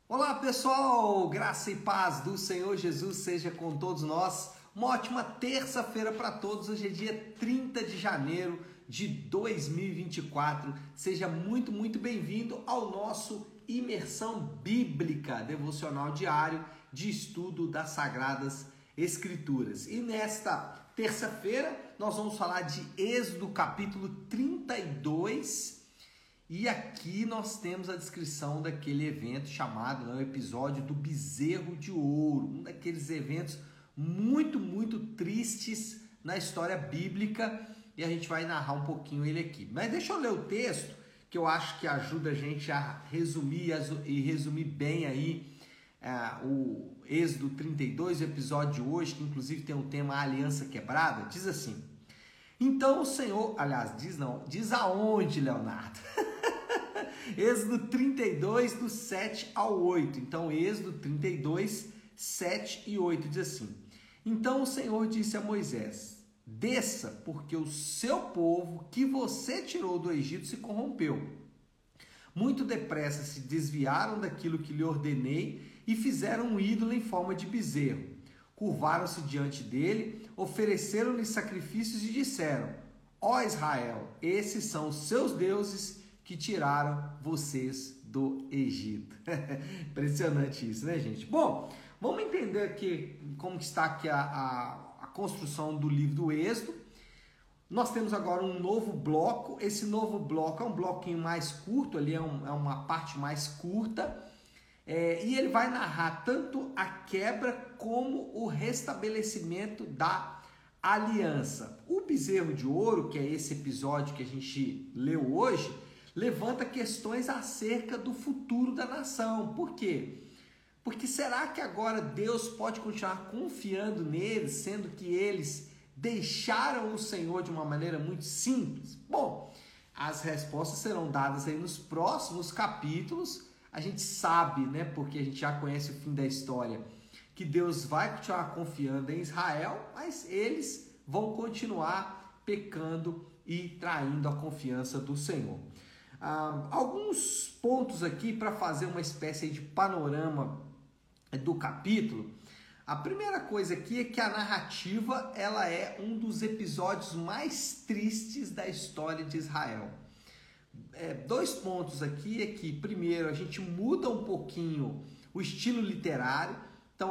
Olá pessoal, graça e paz do Senhor Jesus seja com todos nós. Uma ótima terça-feira para todos. Hoje é dia 30 de janeiro de 2024. Seja muito bem-vindo ao nosso Imersão Bíblica Devocional Diário de Estudo das Sagradas Escrituras. E nesta terça-feira nós vamos falar de Êxodo capítulo 32. E aqui nós temos a descrição daquele evento chamado, o episódio do bezerro de ouro, um daqueles eventos muito tristes na história bíblica, e a gente vai narrar um pouquinho ele aqui. Mas deixa eu ler o texto, que eu acho que ajuda a gente a resumir e resumir bem aí o Êxodo 32, o episódio de hoje, que inclusive tem o tema Aliança Quebrada. Diz assim: então o Senhor, aliás, diz aonde, Leonardo? Êxodo 32, do 7 ao 8. Então, Êxodo 32, 7 e 8 diz assim: então o Senhor disse a Moisés: desça, porque o seu povo que você tirou do Egito se corrompeu. Muito depressa se desviaram daquilo que lhe ordenei e fizeram um ídolo em forma de bezerro. Curvaram-se diante dele, ofereceram-lhe sacrifícios e disseram: ó Israel, esses são os seus deuses que tiraram vocês do Egito. Impressionante isso, né, gente? Bom, vamos entender aqui como que está aqui a construção do livro do Êxodo. Nós temos agora um novo bloco. Esse novo bloco é um bloquinho mais curto, ali é uma parte mais curta. E ele vai narrar tanto a quebra como o restabelecimento da aliança. O bezerro de ouro, que é esse episódio que a gente leu hoje, levanta questões acerca do futuro da nação. Por quê? Porque será que agora Deus pode continuar confiando neles, sendo que eles deixaram o Senhor de uma maneira muito simples? Bom, as respostas serão dadas aí nos próximos capítulos. A gente sabe, né, porque a gente já conhece o fim da história, que Deus vai continuar confiando em Israel, mas eles vão continuar pecando e traindo a confiança do Senhor. Alguns pontos aqui para fazer uma espécie de panorama do capítulo. A primeira coisa aqui é que a narrativa ela é um dos episódios mais tristes da história de Israel. Dois pontos aqui é que, primeiro, a gente muda um pouquinho o estilo literário. Então,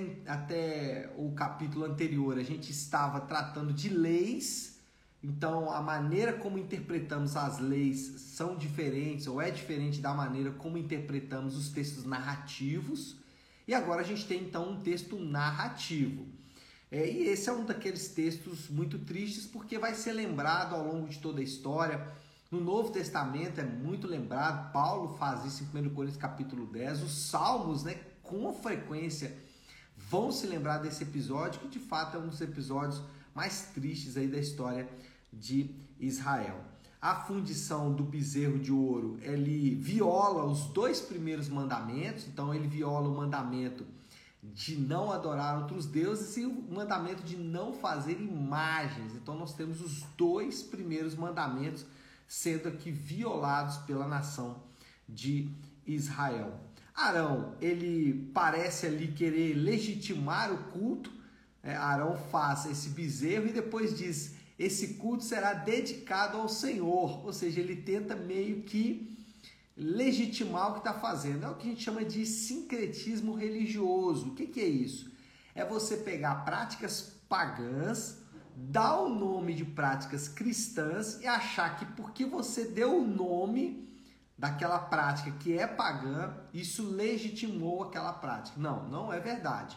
até o capítulo anterior, a gente estava tratando de leis. Então, a maneira como interpretamos as leis são diferentes, ou é diferente da maneira como interpretamos os textos narrativos. E agora a gente tem, então, um texto narrativo. E esse é um daqueles textos muito tristes, porque vai ser lembrado ao longo de toda a história. No Novo Testamento é muito lembrado, Paulo faz isso em 1 Coríntios capítulo 10, os Salmos, né, com frequência vão se lembrar desse episódio, que de fato é um dos episódios mais tristes aí da história de Israel. A fundição do bezerro de ouro, ele viola os dois primeiros mandamentos. Então ele viola o mandamento de não adorar outros deuses e o mandamento de não fazer imagens. Então nós temos os dois primeiros mandamentos sendo aqui violados pela nação de Israel. Arão, ele parece ali querer legitimar o culto. Arão faz esse bezerro e depois diz: esse culto será dedicado ao Senhor. Ou seja, ele tenta meio que legitimar o que está fazendo. É o que a gente chama de sincretismo religioso. O que é isso? É você pegar práticas pagãs, dar o nome de práticas cristãs e achar que porque você deu o nome daquela prática que é pagã, isso legitimou aquela prática. Não, não é verdade.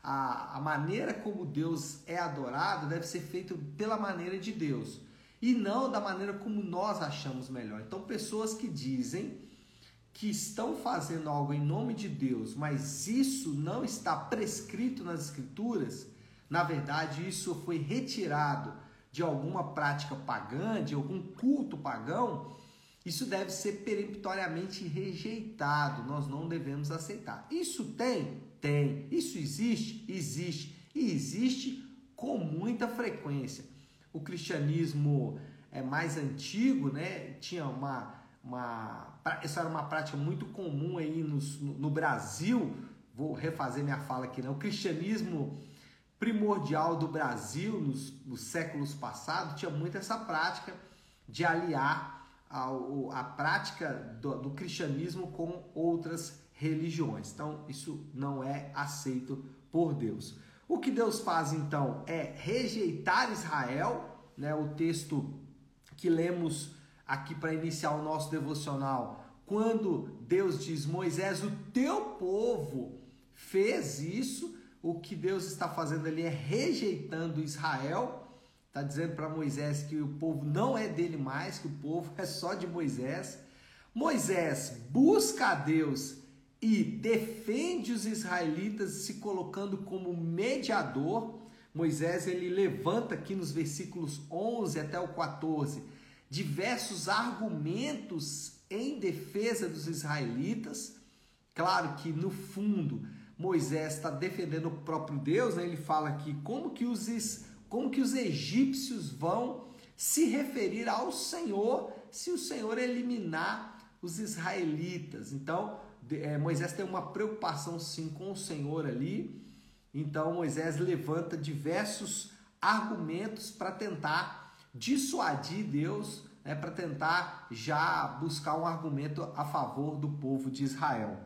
A maneira como Deus é adorado deve ser feita pela maneira de Deus e não da maneira como nós achamos melhor. Então, pessoas que dizem que estão fazendo algo em nome de Deus, mas isso não está prescrito nas Escrituras, na verdade, isso foi retirado de alguma prática pagã, de algum culto pagão, isso deve ser peremptoriamente rejeitado. Nós não devemos aceitar. Isso tem? Tem. Isso existe? Existe. E existe com muita frequência. O cristianismo mais antigo, né, tinha essa era uma prática muito comum aí no Brasil. Vou refazer minha fala aqui, né? O cristianismo primordial do Brasil nos séculos passados tinha muito essa prática de aliar a prática do cristianismo com outras religiões. Então, isso não é aceito por Deus. O que Deus faz, então, é rejeitar Israel, né? O texto que lemos aqui para iniciar o nosso devocional, quando Deus diz: Moisés, o teu povo fez isso, o que Deus está fazendo ali é rejeitando Israel, está dizendo para Moisés que o povo não é dele mais, que o povo é só de Moisés. Moisés busca a Deus e defende os israelitas, se colocando como mediador. Moisés, ele levanta aqui nos versículos 11 até o 14 diversos argumentos em defesa dos israelitas. Claro que no fundo Moisés está defendendo o próprio Deus, né? Ele fala aqui como que os egípcios vão se referir ao Senhor se o Senhor eliminar os israelitas. Então Moisés tem uma preocupação sim com o Senhor ali. Então Moisés levanta diversos argumentos para tentar dissuadir Deus, né, para tentar já buscar um argumento a favor do povo de Israel.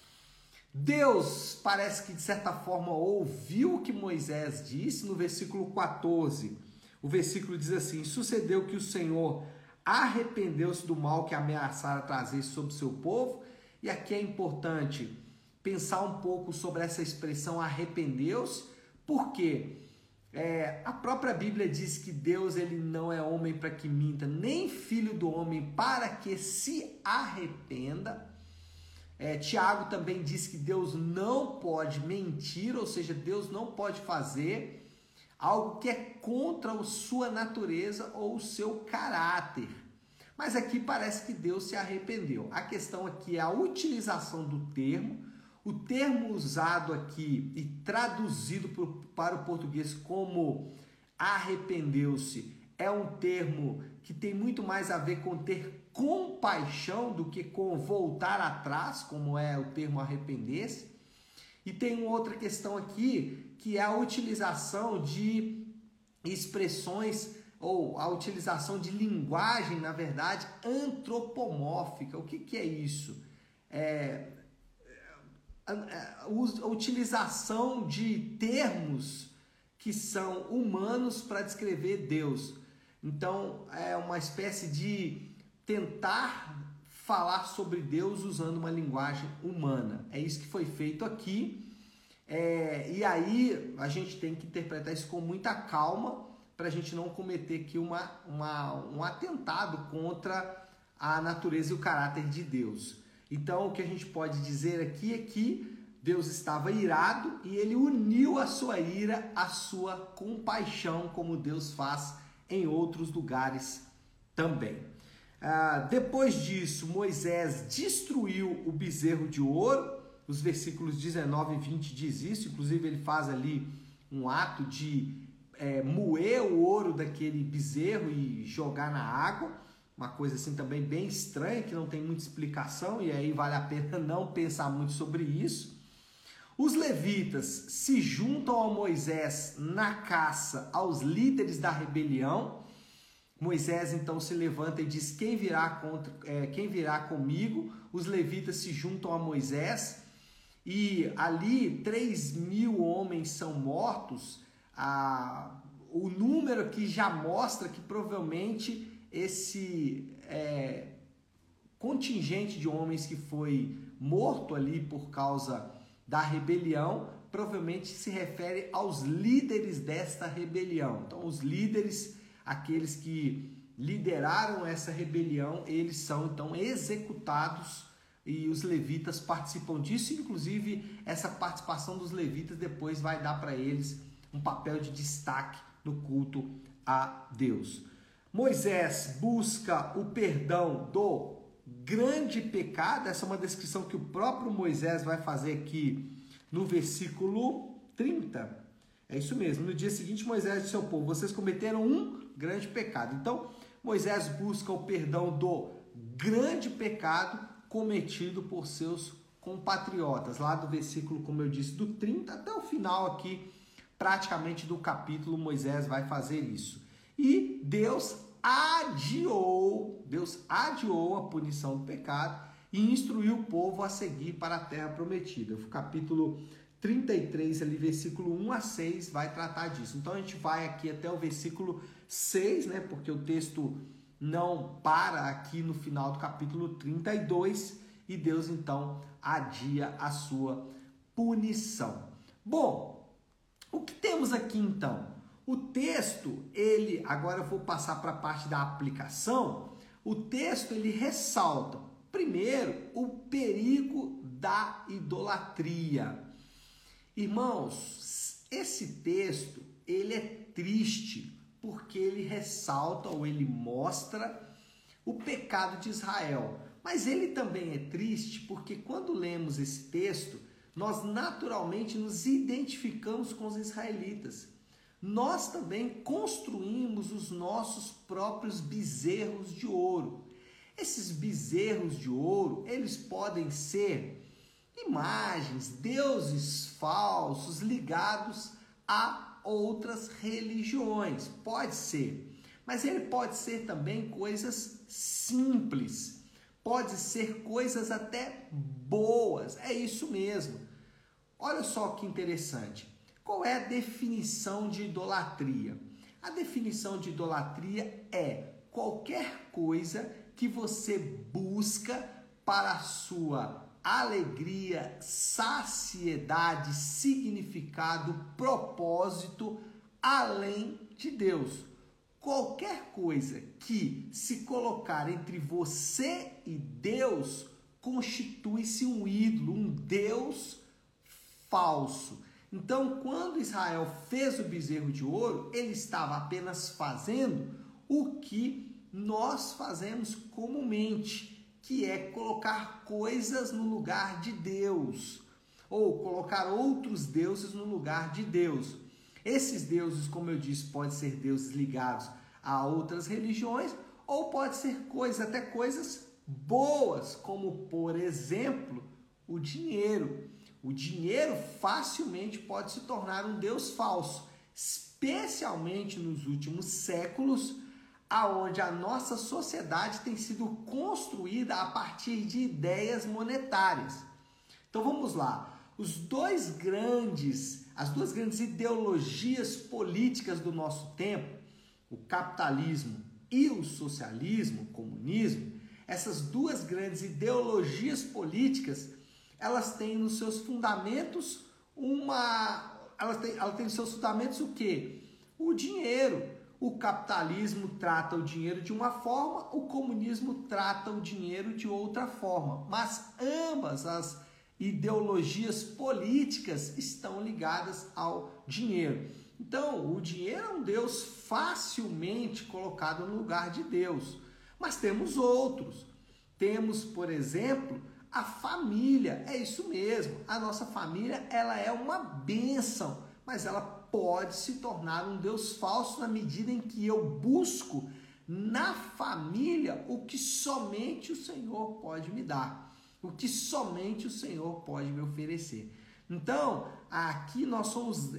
Deus parece que de certa forma ouviu o que Moisés disse. No versículo 14, o versículo diz assim: sucedeu que o Senhor arrependeu-se do mal que ameaçara trazer sobre o seu povo. E aqui é importante pensar um pouco sobre essa expressão arrependeu-se, porque a própria Bíblia diz que Deus, ele não é homem para que minta, nem filho do homem para que se arrependa. Tiago também diz que Deus não pode mentir, ou seja, Deus não pode fazer algo que é contra a sua natureza ou o seu caráter. Mas aqui parece que Deus se arrependeu. A questão aqui é a utilização do termo. O termo usado aqui e traduzido para o português como arrependeu-se é um termo que tem muito mais a ver com ter compaixão do que com voltar atrás, como é o termo arrepender-se. E tem uma outra questão aqui, que é a utilização de expressões ou a utilização de linguagem, na verdade, antropomórfica. O que é isso? A utilização de termos que são humanos para descrever Deus. Então, é uma espécie de tentar falar sobre Deus usando uma linguagem humana. É isso que foi feito aqui. E aí, a gente tem que interpretar isso com muita calma para a gente não cometer aqui um atentado contra a natureza e o caráter de Deus. Então, o que a gente pode dizer aqui é que Deus estava irado e ele uniu a sua ira à sua compaixão, como Deus faz em outros lugares também. Depois disso, Moisés destruiu o bezerro de ouro. Os versículos 19 e 20 diz isso. Inclusive, ele faz ali um ato de moer o ouro daquele bezerro e jogar na água. Uma coisa assim também bem estranha, que não tem muita explicação, e aí vale a pena não pensar muito sobre isso. Os levitas se juntam a Moisés na caça aos líderes da rebelião. Moisés então se levanta e diz: quem virá comigo? Os levitas se juntam a Moisés e ali 3.000 homens são mortos. O número aqui já mostra que provavelmente esse contingente de homens que foi morto ali por causa da rebelião, provavelmente se refere aos líderes desta rebelião. Então, os líderes, aqueles que lideraram essa rebelião, eles são então executados e os levitas participam disso. Inclusive, essa participação dos levitas depois vai dar para eles um papel de destaque no culto a Deus. Moisés busca o perdão do grande pecado. Essa é uma descrição que o próprio Moisés vai fazer aqui no versículo 30. É isso mesmo. No dia seguinte, Moisés disse ao povo: vocês cometeram um grande pecado. Então, Moisés busca o perdão do grande pecado cometido por seus compatriotas. Lá do versículo, como eu disse, do 30 até o final aqui, praticamente do capítulo, Moisés vai fazer isso. E Deus adiou a punição do pecado e instruiu o povo a seguir para a terra prometida. O capítulo 33, ali, versículo 1 a 6, vai tratar disso. Então a gente vai aqui até o versículo 6, né? Porque o texto não para aqui no final do capítulo 32, e Deus então adia a sua punição. Bom, o que temos aqui então? O texto, agora eu vou passar para a parte da aplicação. O texto, ele ressalta, primeiro, o perigo da idolatria. Irmãos, esse texto, ele é triste, porque ele ressalta ou ele mostra o pecado de Israel. Mas ele também é triste porque quando lemos esse texto, nós naturalmente nos identificamos com os israelitas. Nós também construímos os nossos próprios bezerros de ouro. Esses bezerros de ouro, eles podem ser imagens, deuses falsos ligados a outras religiões. Pode ser. Mas ele pode ser também coisas simples. Pode ser coisas até boas. É isso mesmo. Olha só que interessante. Qual é a definição de idolatria? A definição de idolatria é qualquer coisa que você busca para a sua alegria, saciedade, significado, propósito, além de Deus. Qualquer coisa que se colocar entre você e Deus constitui-se um ídolo, um Deus falso. Então, quando Israel fez o bezerro de ouro, ele estava apenas fazendo o que nós fazemos comumente, que é colocar coisas no lugar de Deus, ou colocar outros deuses no lugar de Deus. Esses deuses, como eu disse, podem ser deuses ligados a outras religiões, ou pode ser até coisas boas, como, por exemplo, o dinheiro. O dinheiro facilmente pode se tornar um deus falso, especialmente nos últimos séculos, aonde a nossa sociedade tem sido construída a partir de ideias monetárias. Então vamos lá. As duas grandes ideologias políticas do nosso tempo, o capitalismo e o socialismo, o comunismo, essas duas grandes ideologias políticas, elas têm nos seus fundamentos ela tem nos seus fundamentos o quê? O dinheiro. O capitalismo trata o dinheiro de uma forma, o comunismo trata o dinheiro de outra forma. Mas ambas as ideologias políticas estão ligadas ao dinheiro. Então, o dinheiro é um Deus facilmente colocado no lugar de Deus. Mas temos outros. Temos, por exemplo, a família. É isso mesmo. A nossa família, ela é uma bênção, mas ela pode se tornar um Deus falso na medida em que eu busco na família o que somente o Senhor pode me dar, o que somente o Senhor pode me oferecer. Então, aqui nós somos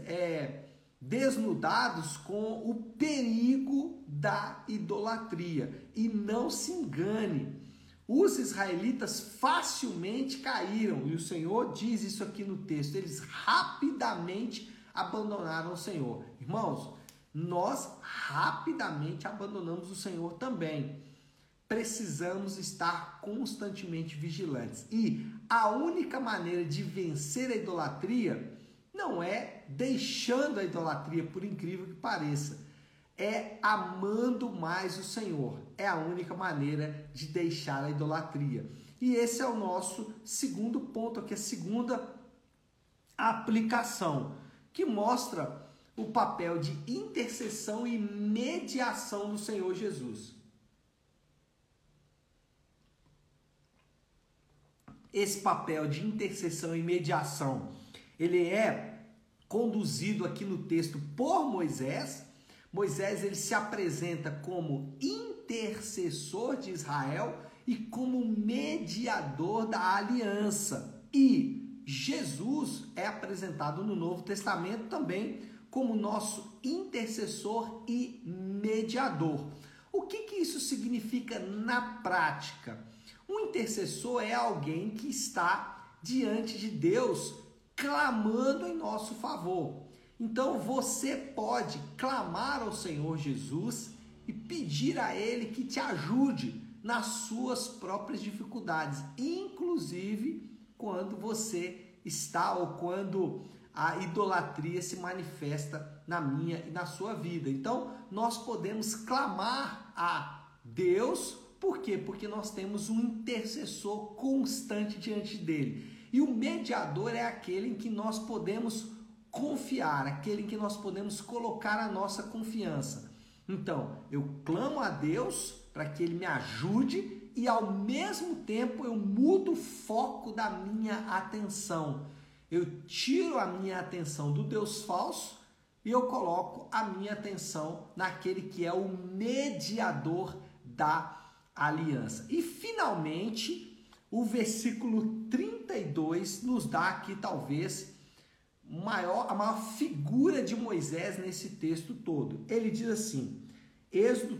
desnudados com o perigo da idolatria. E não se engane, os israelitas facilmente caíram, e o Senhor diz isso aqui no texto, eles rapidamente abandonaram o Senhor. Irmãos, nós rapidamente abandonamos o Senhor também. Precisamos estar constantemente vigilantes. E a única maneira de vencer a idolatria não é deixando a idolatria, por incrível que pareça. É amando mais o Senhor. É a única maneira de deixar a idolatria. E esse é o nosso segundo ponto aqui, a segunda aplicação, que mostra o papel de intercessão e mediação do Senhor Jesus. Esse papel de intercessão e mediação, ele é conduzido aqui no texto por Moisés. Moisés, ele se apresenta como intercessor de Israel e como mediador da aliança. E Jesus é apresentado no Novo Testamento também como nosso intercessor e mediador. O que isso significa na prática? Um intercessor é alguém que está diante de Deus clamando em nosso favor. Então você pode clamar ao Senhor Jesus e pedir a Ele que te ajude nas suas próprias dificuldades, inclusive quando você está ou quando a idolatria se manifesta na minha e na sua vida. Então nós podemos clamar a Deus, por quê? Porque nós temos um intercessor constante diante dele. E o mediador é aquele em que nós podemos confiar, aquele em que nós podemos colocar a nossa confiança. Então, eu clamo a Deus para que Ele me ajude e ao mesmo tempo eu mudo o foco da minha atenção. Eu tiro a minha atenção do Deus falso e eu coloco a minha atenção naquele que é o mediador da aliança. E finalmente, o versículo 32 nos dá aqui talvez a maior figura de Moisés nesse texto todo. Ele diz assim, Êxodo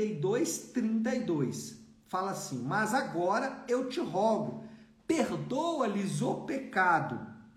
32, fala assim: mas agora eu te rogo, perdoa-lhes o pecado,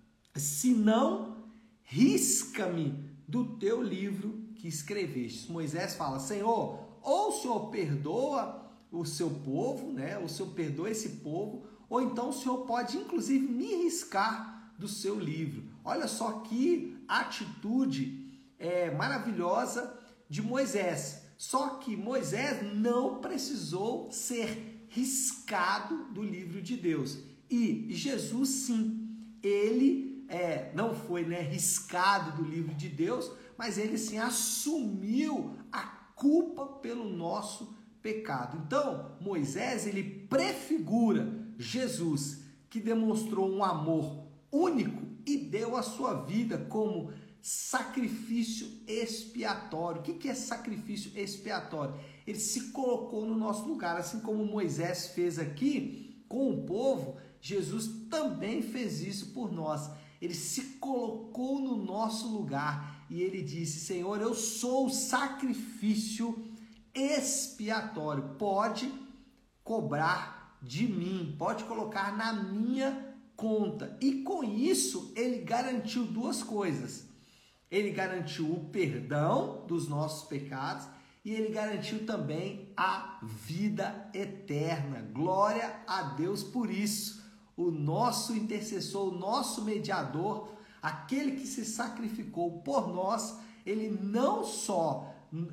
senão risca-me do teu livro que escreveste. Moisés fala, Senhor, ou o Senhor perdoa o seu povo, né? O Senhor perdoa esse povo, ou então o Senhor pode inclusive me riscar do seu livro. Olha só que atitude maravilhosa de Moisés. Só que Moisés não precisou ser riscado do livro de Deus. E Jesus sim, ele não foi riscado do livro de Deus, mas ele sim assumiu a culpa pelo nosso pecado. Então, Moisés, ele prefigura Jesus, que demonstrou um amor único e deu a sua vida como sacrifício expiatório. O que é sacrifício expiatório? Ele se colocou no nosso lugar, assim como Moisés fez aqui com o povo, Jesus também fez isso por nós. Ele se colocou no nosso lugar e ele disse, Senhor, eu sou o sacrifício expiatório, pode cobrar de mim, pode colocar na minha conta. E com isso ele garantiu duas coisas. Ele garantiu o perdão dos nossos pecados e ele garantiu também a vida eterna. Glória a Deus por isso. O nosso intercessor, o nosso mediador, aquele que se sacrificou por nós, ele não só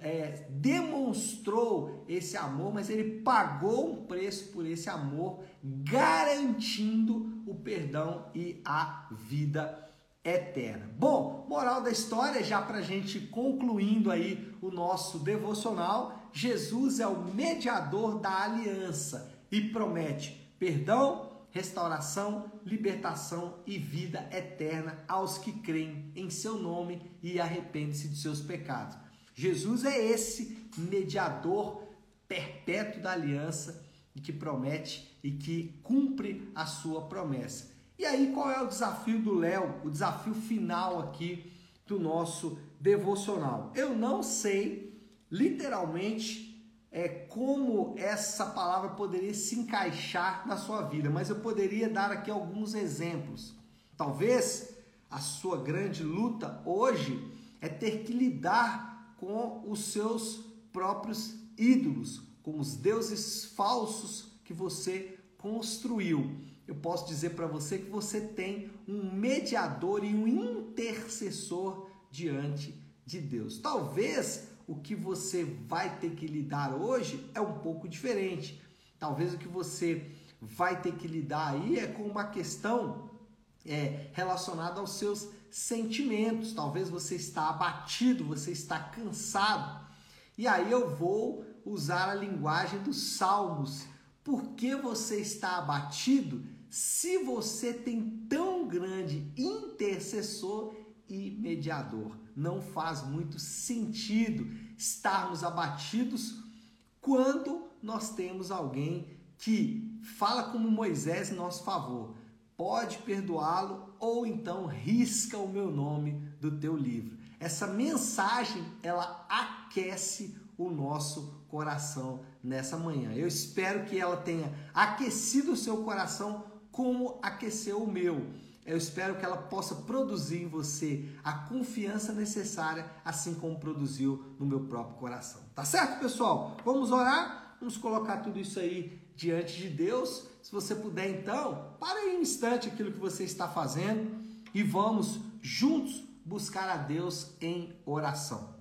demonstrou esse amor, mas ele pagou um preço por esse amor, garantindo o perdão e a vida eterna. Bom, moral da história, já para a gente concluindo aí o nosso devocional, Jesus é o mediador da aliança e promete perdão, restauração, libertação e vida eterna aos que creem em seu nome e arrependem-se de seus pecados. Jesus é esse mediador perpétuo da aliança e que promete e que cumpre a sua promessa. E aí, qual é o desafio do Léo? O desafio final aqui do nosso devocional. Eu não sei, literalmente, como essa palavra poderia se encaixar na sua vida, mas eu poderia dar aqui alguns exemplos. Talvez a sua grande luta hoje é ter que lidar com os seus próprios ídolos, com os deuses falsos que você construiu. Eu posso dizer para você que você tem um mediador e um intercessor diante de Deus. Talvez o que você vai ter que lidar hoje é um pouco diferente. Talvez o que você vai ter que lidar aí é com uma questão relacionada aos seus sentimentos. Talvez você está abatido, você está cansado. E aí eu vou usar a linguagem dos Salmos. Por que você está abatido se você tem tão grande intercessor e mediador? Não faz muito sentido estarmos abatidos quando nós temos alguém que fala como Moisés em nosso favor. Pode perdoá-lo ou então risca o meu nome do teu livro. Essa mensagem, ela aquece o nosso coração nessa manhã. Eu espero que ela tenha aquecido o seu coração como aqueceu o meu. Eu espero que ela possa produzir em você a confiança necessária, assim como produziu no meu próprio coração. Tá certo, pessoal? Vamos orar? Vamos colocar tudo isso aí diante de Deus. Se você puder, então, para aí um instante aquilo que você está fazendo e vamos juntos buscar a Deus em oração.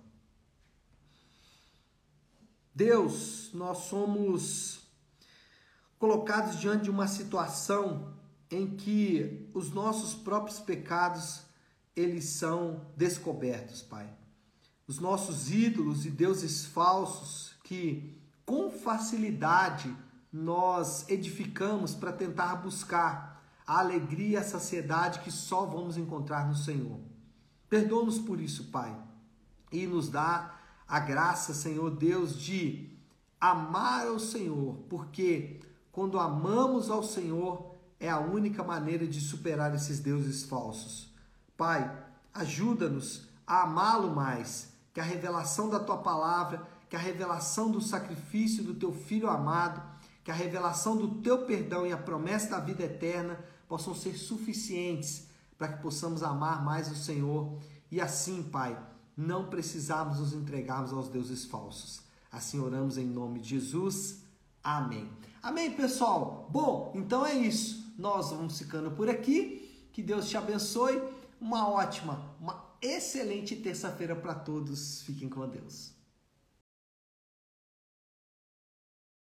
Deus, nós somos colocados diante de uma situação em que os nossos próprios pecados, eles são descobertos, Pai. Os nossos ídolos e deuses falsos que com facilidade nós edificamos para tentar buscar a alegria e a saciedade que só vamos encontrar no Senhor. Perdoa-nos por isso, Pai, e nos dá a graça, Senhor Deus, de amar ao Senhor, porque quando amamos ao Senhor, é a única maneira de superar esses deuses falsos. Pai, ajuda-nos a amá-lo mais, que a revelação da Tua palavra, que a revelação do sacrifício do Teu Filho amado, que a revelação do Teu perdão e a promessa da vida eterna possam ser suficientes para que possamos amar mais o Senhor e assim, Pai, não precisarmos nos entregarmos aos deuses falsos. Assim oramos em nome de Jesus. Amém. Amém, pessoal? Bom, então é isso. Nós vamos ficando por aqui. Que Deus te abençoe. Uma excelente terça-feira para todos. Fiquem com Deus.